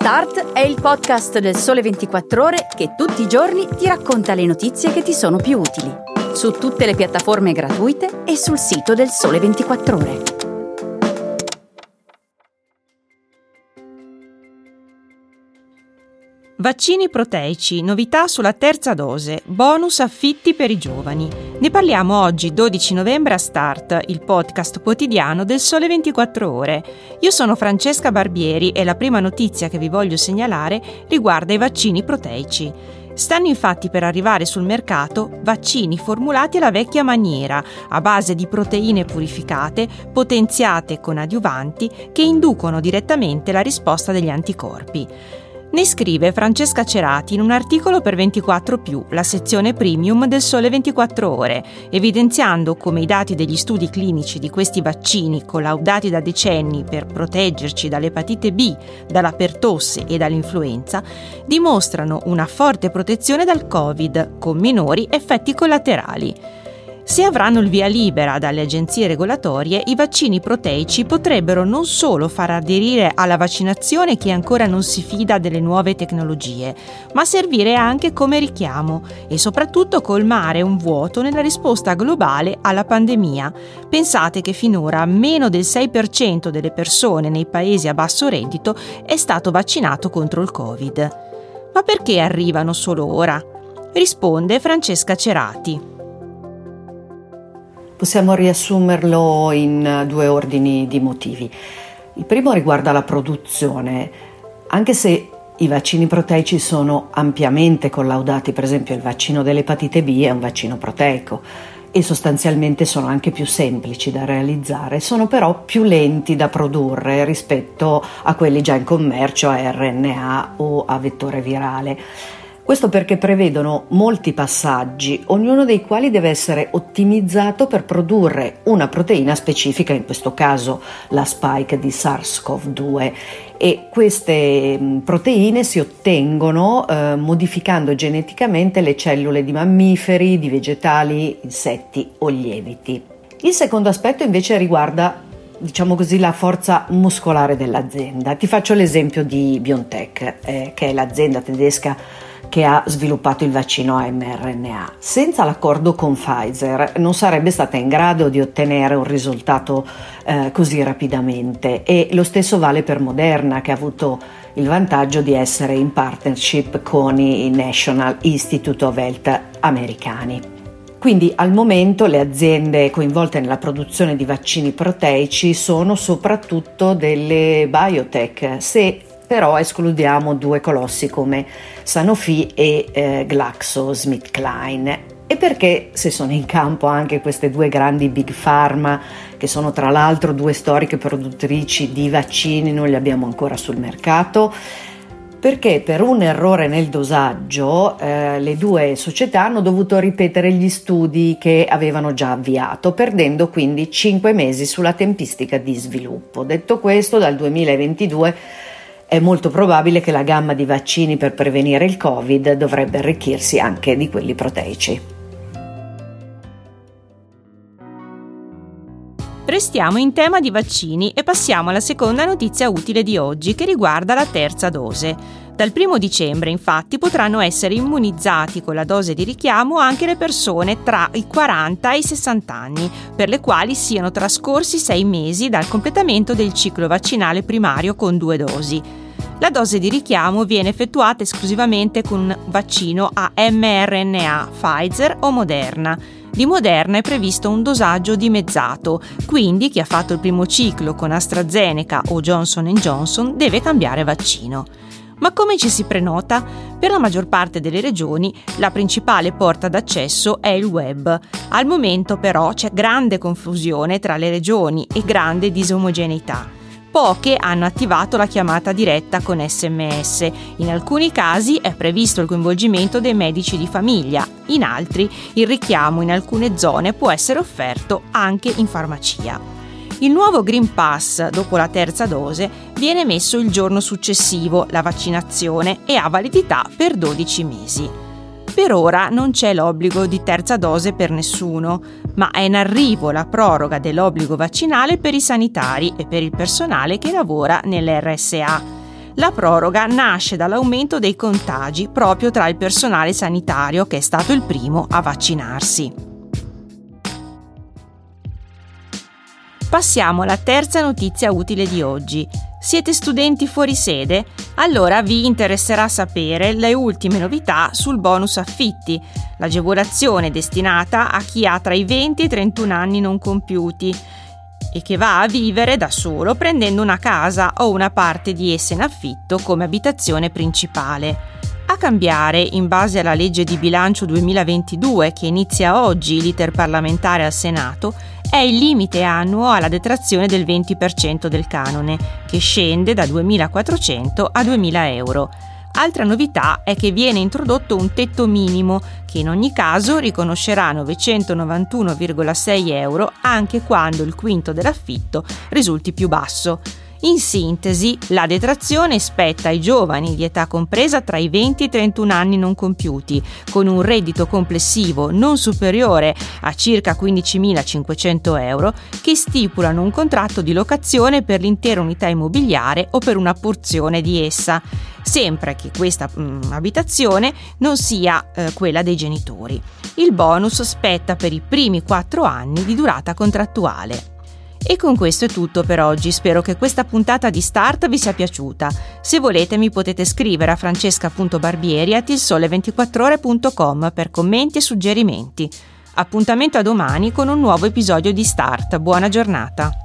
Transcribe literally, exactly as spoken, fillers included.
Start è il podcast del Sole ventiquattro Ore che tutti i giorni ti racconta le notizie che ti sono più utili. Su tutte le piattaforme gratuite e sul sito del Sole ventiquattro Ore. Vaccini proteici, novità sulla terza dose, bonus affitti per i giovani. Ne parliamo oggi, dodici novembre a Start, il podcast quotidiano del Sole ventiquattro Ore. Io sono Francesca Barbieri e la prima notizia che vi voglio segnalare riguarda i vaccini proteici. Stanno infatti per arrivare sul mercato vaccini formulati alla vecchia maniera, a base di proteine purificate, potenziate con adiuvanti che inducono direttamente la risposta degli anticorpi. Ne scrive Francesca Cerati in un articolo per ventiquattro più, la sezione premium del Sole ventiquattro Ore, evidenziando come i dati degli studi clinici di questi vaccini, collaudati da decenni per proteggerci dall'epatite B, dalla pertosse e dall'influenza, dimostrano una forte protezione dal Covid, con minori effetti collaterali. Se avranno il via libera dalle agenzie regolatorie, i vaccini proteici potrebbero non solo far aderire alla vaccinazione chi ancora non si fida delle nuove tecnologie, ma servire anche come richiamo e soprattutto colmare un vuoto nella risposta globale alla pandemia. Pensate che finora meno del sei per cento delle persone nei paesi a basso reddito è stato vaccinato contro il Covid. Ma perché arrivano solo ora? Risponde Francesca Cerati. Possiamo riassumerlo in due ordini di motivi. Il primo riguarda la produzione. Anche se i vaccini proteici sono ampiamente collaudati, per esempio il vaccino dell'epatite B è un vaccino proteico e sostanzialmente sono anche più semplici da realizzare, sono però più lenti da produrre rispetto a quelli già in commercio a erre enne a o a vettore virale. Questo perché prevedono molti passaggi, ognuno dei quali deve essere ottimizzato per produrre una proteina specifica, in questo caso la spike di SARS-CoV due, e queste proteine si ottengono eh, modificando geneticamente le cellule di mammiferi, di vegetali, insetti o lieviti. Il secondo aspetto invece riguarda, diciamo così, la forza muscolare dell'azienda. Ti faccio l'esempio di BioNTech, eh, che è l'azienda tedesca che ha sviluppato il vaccino a emme erre enne a. Senza l'accordo con Pfizer non sarebbe stata in grado di ottenere un risultato eh, così rapidamente, e lo stesso vale per Moderna, che ha avuto il vantaggio di essere in partnership con i National Institute of Health americani. Quindi al momento le aziende coinvolte nella produzione di vaccini proteici sono soprattutto delle biotech, se però escludiamo due colossi come Sanofi e eh, GlaxoSmithKline. E perché, se sono in campo anche queste due grandi big pharma, che sono tra l'altro due storiche produttrici di vaccini, non li abbiamo ancora sul mercato? Perché per un errore nel dosaggio eh, le due società hanno dovuto ripetere gli studi che avevano già avviato, perdendo quindi cinque mesi sulla tempistica di sviluppo. Detto questo, dal duemilaventidue è molto probabile che la gamma di vaccini per prevenire il Covid dovrebbe arricchirsi anche di quelli proteici. Restiamo in tema di vaccini e passiamo alla seconda notizia utile di oggi, che riguarda la terza dose. Dal primo dicembre, infatti, potranno essere immunizzati con la dose di richiamo anche le persone tra i quaranta e i sessanta anni, per le quali siano trascorsi sei mesi dal completamento del ciclo vaccinale primario con due dosi. La dose di richiamo viene effettuata esclusivamente con un vaccino a emme erre enne a, Pfizer o Moderna. Di Moderna è previsto un dosaggio dimezzato, quindi chi ha fatto il primo ciclo con AstraZeneca o Johnson and Johnson deve cambiare vaccino. Ma come ci si prenota? Per la maggior parte delle regioni la principale porta d'accesso è il web. Al momento però c'è grande confusione tra le regioni e grande disomogeneità. Poche hanno attivato la chiamata diretta con esse emme esse. In alcuni casi è previsto il coinvolgimento dei medici di famiglia, in altri il richiamo in alcune zone può essere offerto anche in farmacia. Il nuovo Green Pass, dopo la terza dose, viene emesso il giorno successivo la vaccinazione e ha validità per dodici mesi. Per ora non c'è l'obbligo di terza dose per nessuno, ma è in arrivo la proroga dell'obbligo vaccinale per i sanitari e per il personale che lavora nell'erre esse a. La proroga nasce dall'aumento dei contagi proprio tra il personale sanitario, che è stato il primo a vaccinarsi. Passiamo alla terza notizia utile di oggi. Siete studenti fuori sede? Allora vi interesserà sapere le ultime novità sul bonus affitti, l'agevolazione destinata a chi ha tra i venti e i trentuno anni non compiuti e che va a vivere da solo prendendo una casa o una parte di essa in affitto come abitazione principale. A cambiare, in base alla legge di bilancio duemilaventidue che inizia oggi l'iter parlamentare al Senato, è il limite annuo alla detrazione del venti per cento del canone, che scende da duemilaquattrocento a duemila euro. Altra novità è che viene introdotto un tetto minimo che in ogni caso riconoscerà novecentonovantuno virgola sei euro anche quando il quinto dell'affitto risulti più basso. In sintesi, la detrazione spetta ai giovani di età compresa tra i venti e i trentuno anni non compiuti, con un reddito complessivo non superiore a circa quindicimilacinquecento euro, che stipulano un contratto di locazione per l'intera unità immobiliare o per una porzione di essa, sempre che questa mh, abitazione non sia eh, quella dei genitori. Il bonus spetta per i primi quattro anni di durata contrattuale. E con questo è tutto per oggi, spero che questa puntata di Start vi sia piaciuta. Se volete mi potete scrivere a francesca punto barbieri chiocciola il sole ventiquattro ore punto com per commenti e suggerimenti. Appuntamento a domani con un nuovo episodio di Start, buona giornata!